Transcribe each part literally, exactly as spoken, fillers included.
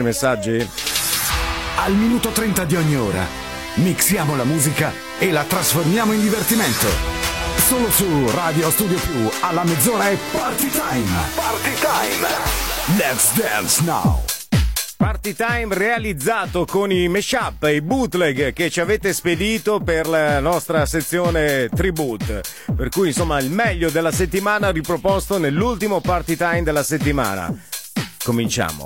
Messaggi? Al minuto trenta di ogni ora mixiamo la musica e la trasformiamo in divertimento. Solo su Radio Studio Più alla mezz'ora è Party Time. Party Time. Let's dance now. Party Time realizzato con i mashup e i bootleg che ci avete spedito per la nostra sezione Tribute. Per cui insomma il meglio della settimana riproposto nell'ultimo Party Time della settimana. Cominciamo.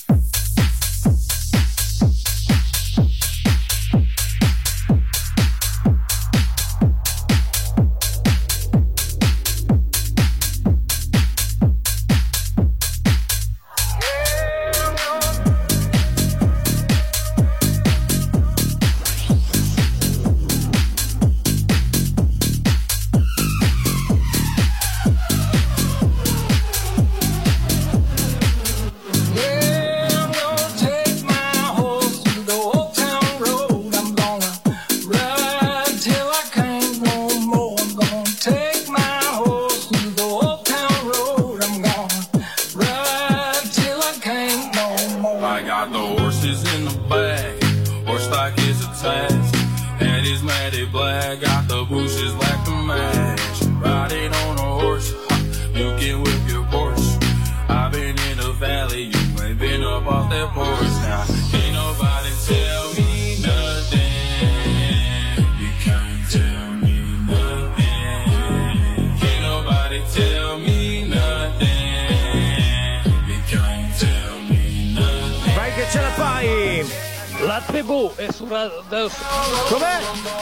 La tribù è su Radio... Com'è?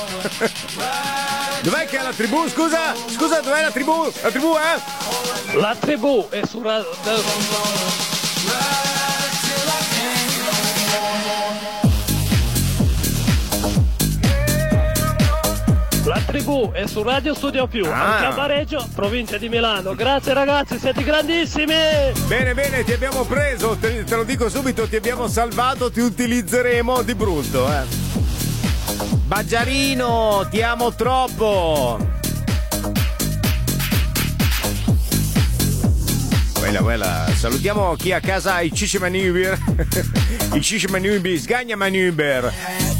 Dov'è che è la tribù? Scusa? Scusa, dov'è la tribù? La tribù, eh? La tribù è su Radio... La tribù è su Radio Studio Più, ah. anche a Bareggio, provincia di Milano. Grazie ragazzi, siete grandissimi! Bene, bene, ti abbiamo preso, te, te lo dico subito, ti abbiamo salvato, ti utilizzeremo di brutto, eh. Baggiarino, ti amo troppo! Quella, quella. Salutiamo chi a casa ha i Cici Manuber. I Cici Manuber, Sgagna Manuber.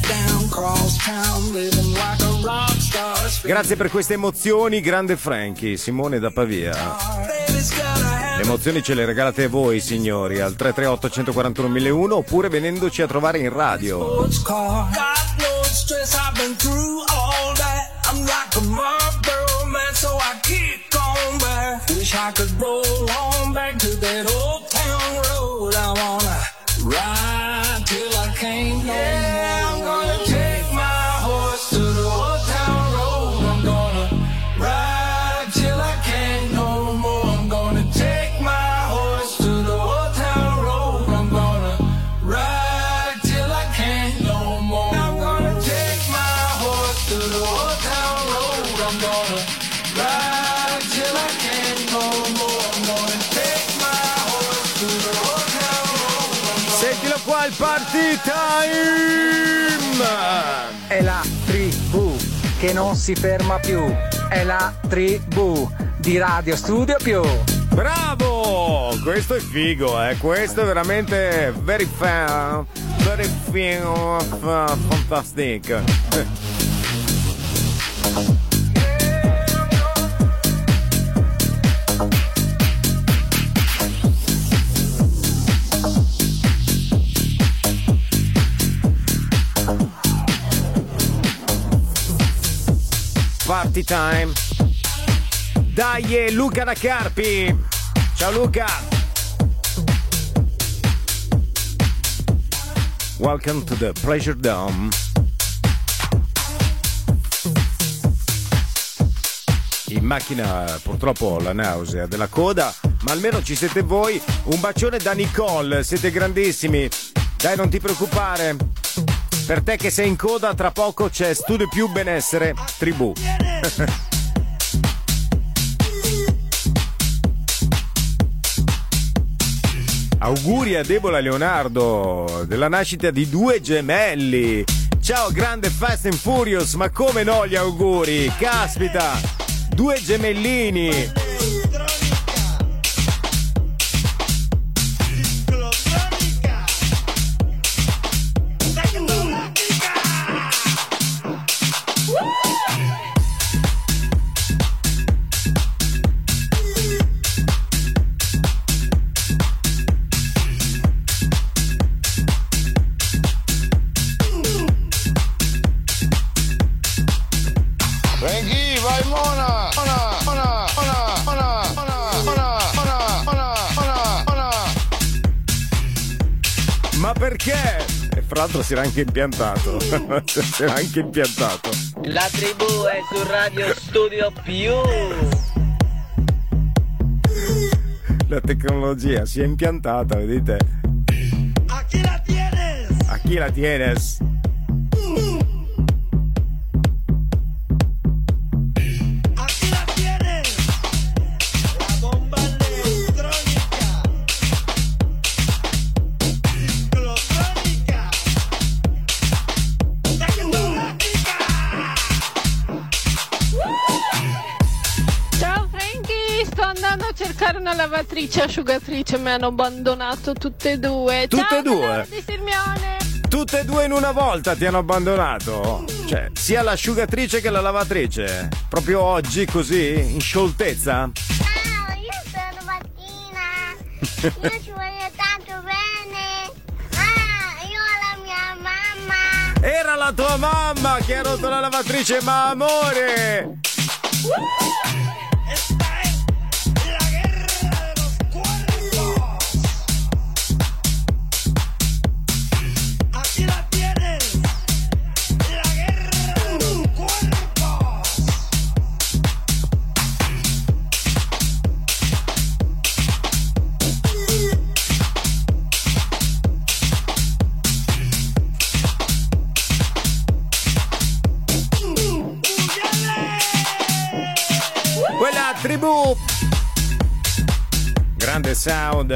Grazie per queste emozioni, grande Frankie, Simone da Pavia. Le emozioni ce le regalate voi, signori, al tre tre otto uno quattro uno uno uno oppure venendoci a trovare in radio. Wish I could roll on back to that old town road. I wanna ride till I can't no more. I'm gonna take my horse to the old town road. I'm gonna ride till I can't no more. I'm gonna take my horse to the old town road. I'm gonna ride till I can't no more. I'm gonna take my horse to the old town road. I'm gonna ride till I can't no more. I'm gonna take my horse to the old town road. Sentilo qua il Party Time! È la tribù che non si ferma più. È la tribù di Radio Studio Più. Bravo! Questo è figo, eh! Questo è veramente very fan, very figo, fantastic. Party Time. Dai, Luca da Carpi. Ciao Luca. Welcome to the Pleasure Dome. In macchina purtroppo ho la nausea della coda, ma almeno ci siete voi. Un bacione da Nicole, siete grandissimi. Dai, non ti preoccupare. Per te che sei in coda, tra poco c'è Studio Più Benessere Tribù. Auguri a Debola Leonardo della nascita di due gemelli. Ciao grande Fast and Furious, ma come no gli auguri? Caspita, due gemellini. vai Mona! Mona! Mona! Mona! Mona! Mona! Mona! Mona! Mona! Mona! Mona! Ma perché? E fra l'altro si era anche impiantato. Si era anche impiantato. La tribù è su Radio Studio Più. La tecnologia si è impiantata, vedete? A chi la tienes? A chi la tienes? A chi la tienes? La bomba electrónica. Ciclotrónica. Tecnológica. Ciao Frankie, sto andando a cercare una lavatrice e asciugatrice, mi hanno abbandonato tutte e due. Tutte Ciao, e due? Bella di Sirmione. Tutte e due in una volta ti hanno abbandonato? Cioè, sia l'asciugatrice che la lavatrice? Proprio oggi così, in scioltezza? Ciao, io sono Martina. Io ci voglio tanto bene. Ah, io ho la mia mamma. Era la tua mamma che ha rotto la lavatrice, ma amore! Esta es la guerra de los cuerpos. Aquí la tienes. La guerra de los cuerpos. Quella tribù! Grande sound!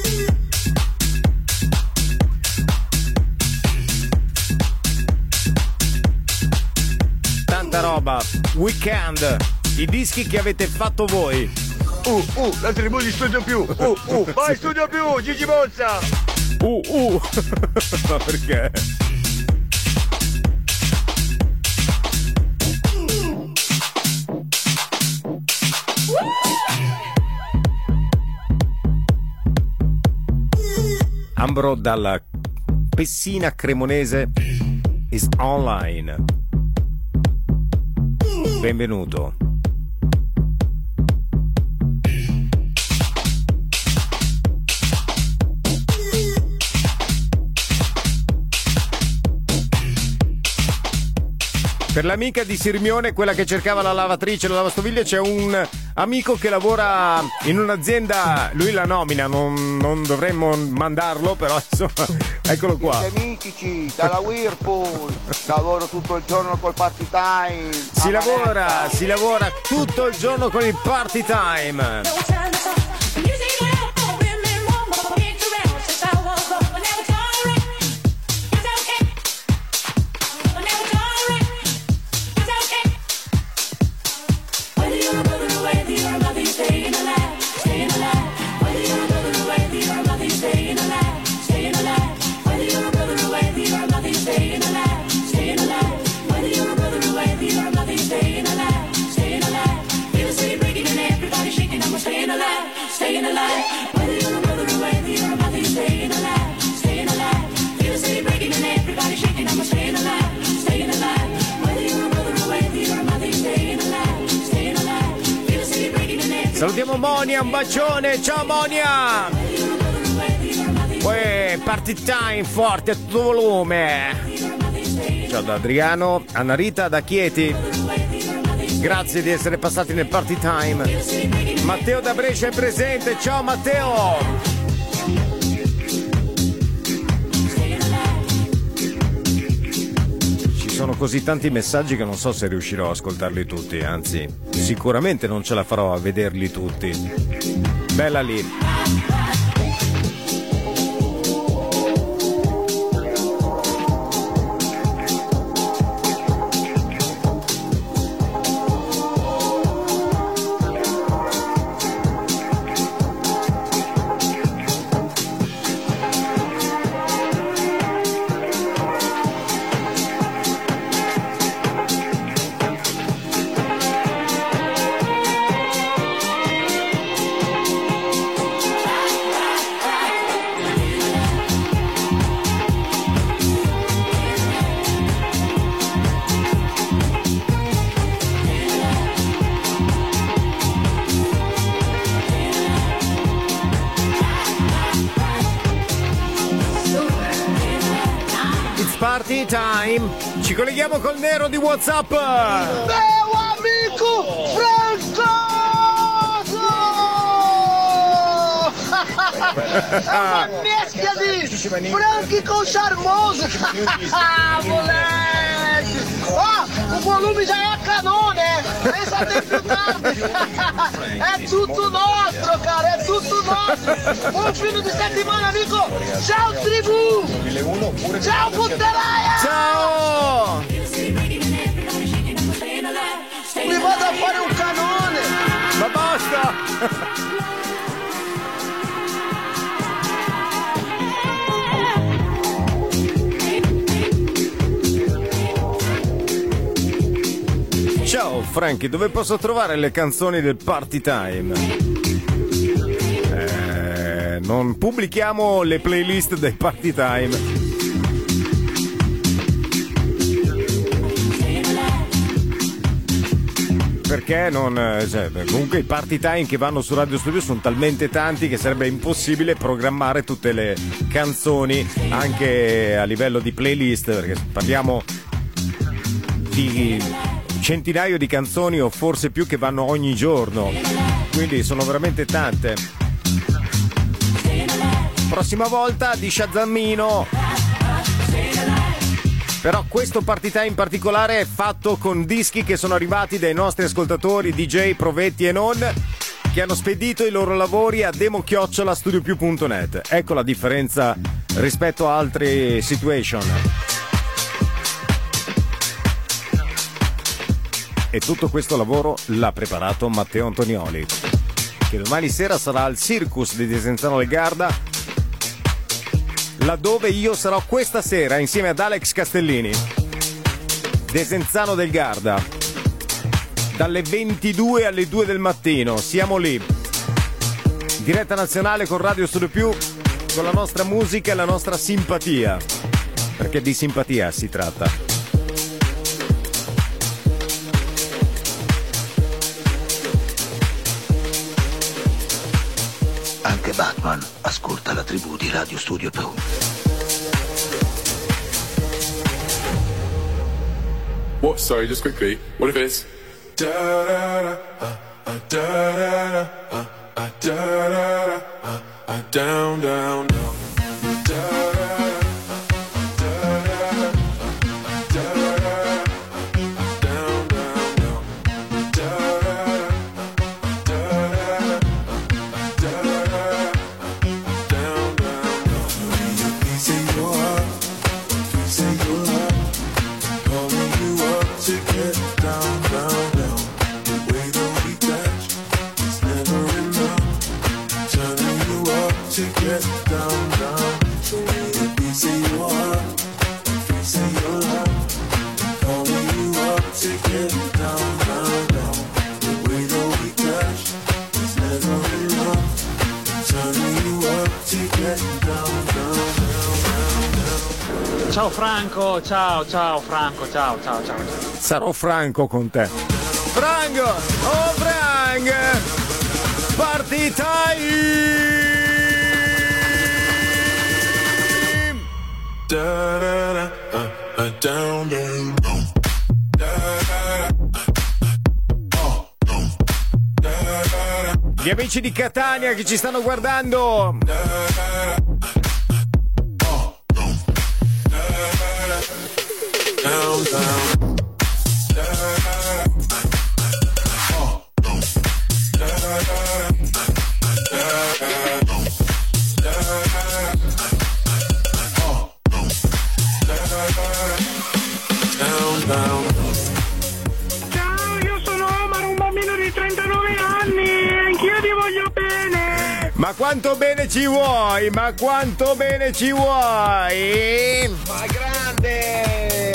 Tanta roba! Weekend! I dischi che avete fatto voi! Uh, uh, la tribù di Studio Più! Uh, uh, vai Studio Più, Gigi Bozza! Uh, uh! Ma perché? Ambro dalla Pessina Cremonese is online. Benvenuto. Per l'amica di Sirmione, quella che cercava la lavatrice e la lavastoviglie, c'è un amico che lavora in un'azienda, lui la nomina, non, non dovremmo mandarlo, però insomma, eccolo qua. Mitici, dalla Whirlpool, lavoro tutto il giorno col party time. Si lavora, si lavora tutto il giorno con il party time. Salutiamo Monia, un bacione, ciao Monia! Uè, party time forte a tutto volume! Ciao da Adriano, Anna Rita da Chieti. Grazie di essere passati nel party time. Matteo da Brescia è presente, ciao Matteo! Sono così tanti messaggi che non so se riuscirò a ascoltarli tutti, anzi, sicuramente non ce la farò a vederli tutti. Bella lì. Party Time. Ci colleghiamo col nero di WhatsApp. Mio amico Francoso! È una mischia di Franchi con Charmoso! Moleque! Oh, o volume já é a canone! Pensa até più tardi! É tutto nostro, cara! É tutto nostro! Buon fine di settimana, amico! Ciao tribù! Ciao puttanaia! Ciao! Mi vado a fare un canone! Ma basta! Ciao Frankie, dove posso trovare le canzoni del Party Time? Eh, non pubblichiamo le playlist del Party Time. Perché non. Cioè, comunque i Party Time che vanno su Radio Studio sono talmente tanti che sarebbe impossibile programmare tutte le canzoni anche a livello di playlist, perché parliamo di centinaio di canzoni o forse più che vanno ogni giorno, quindi sono veramente tante. Prossima volta di Shazammino. Però questo Party Time in particolare è fatto con dischi che sono arrivati dai nostri ascoltatori D J Provetti e non, che hanno spedito i loro lavori a demo chiocciola studio più punto net. Ecco la differenza rispetto a altre situation. E tutto questo lavoro l'ha preparato Matteo Antonioli, che domani sera sarà al Circus di Desenzano del Garda, laddove io sarò questa sera insieme ad Alex Castellini. Desenzano del Garda, dalle ventidue alle due del mattino, siamo lì. Diretta nazionale con Radio Studio Più, con la nostra musica e la nostra simpatia, perché di simpatia si tratta. Anche Batman ascolta la tribù di Radio Studio Più. What? Sorry, just quickly. What if it's da da da uh, uh, da da da uh, uh, da da da uh, uh, down down down da Ciao Franco, ciao, ciao Franco, ciao, ciao, ciao. Sarò franco con te. Franco! Oh Frank! Party time! Da da da uh, uh, down down down. Gli amici di Catania che ci stanno guardando. Down, down. Ciao, io sono Omar, un bambino di trentanove anni e anch'io ti voglio bene. Ma quanto bene ci vuoi? Ma quanto bene ci vuoi? Ma grande!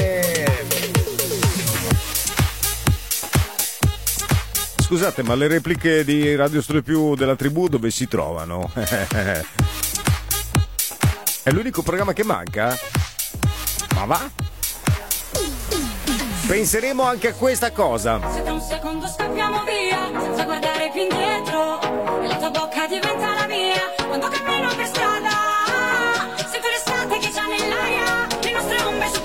Scusate, ma le repliche di Radio Studio Più della tribù dove si trovano? È l'unico programma che manca? Ma va? Penseremo anche a questa cosa. Se tra un secondo scappiamo via, senza guardare più indietro, e la tua bocca diventa la mia, quando cammino per strada, sento l'estate che c'ha nell'aria, le nostre ombre su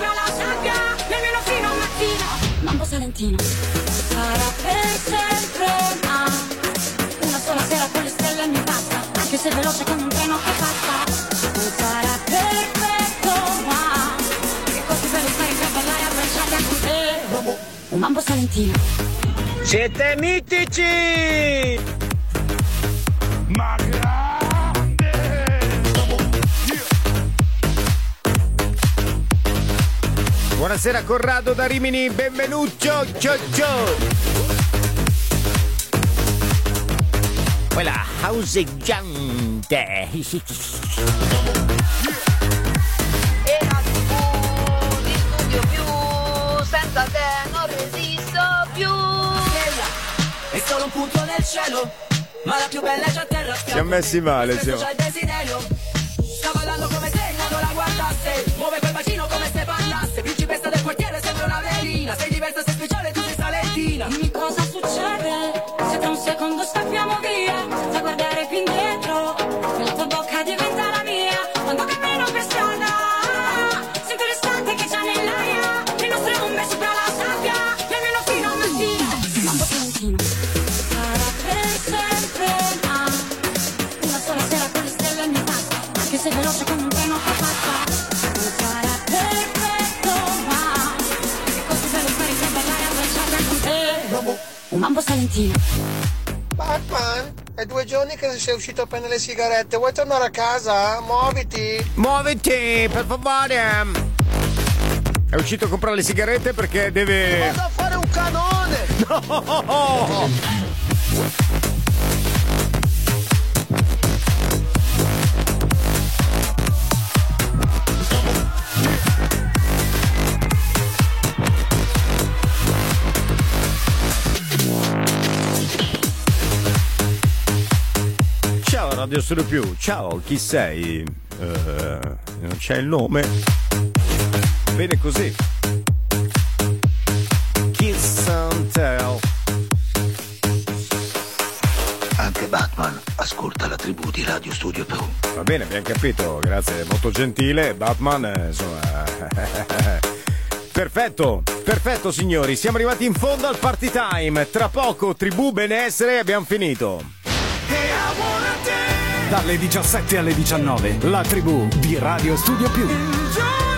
Salentino. Sarà per sempre, ma una sola sera con le stelle mi basta, anche se veloce come un treno che passa. Non sarà perfetto, ma che così per stare a ballare abbracciati con te. Un mambo salentino. Siete mitici! Ma grande! Buonasera Corrado da Rimini, benvenuto, ciao ciao! Quella houseggiante! E la tivù di Studio Più, senza te non resisto più. È solo un punto nel cielo, ma la più bella è già a terra. Siamo messi male, Questo siamo. c'ha il desiderio. Sta ballando come se non la guardasse, muove quel bacino come se parlasse. Principessa del quartiere, sembra una velina. Sei diversa, sei speciale, tu sei salentina. Dimmi cosa succede, se tra un secondo scappiamo via, senza guardare più indietro, e la tua bocca diventa la mia. Quando cammino per strada, sento l'istante che c'è nell'aria, le nostre ombre sopra la sabbia, e almeno fino a mattina. Mambo Salentino. Sarà per sempre, ma una sola sera con le stelle mi basta, anche se veloce come un treno che passa. Non sarà perfetto, ma che così bello stare a ballare abbracciata con te. Un mambo salentino. Batman, è due giorni che sei uscito a prendere le sigarette, vuoi tornare a casa? Muoviti! Muoviti, per favore! È uscito a comprare le sigarette perché deve... Vado a fare un canone! No! Ciao Radio Studio Più, ciao, chi sei? Uh, non c'è il nome. Bene così. Kiss and tell. Anche Batman ascolta la tribù di Radio Studio Più. Va bene, abbiamo capito, grazie, molto gentile. Batman, eh, insomma. Perfetto, perfetto signori, siamo arrivati in fondo al party time. Tra poco, tribù benessere, abbiamo finito. Dalle diciassette alle diciannove, la tribù di Radio Studio Più.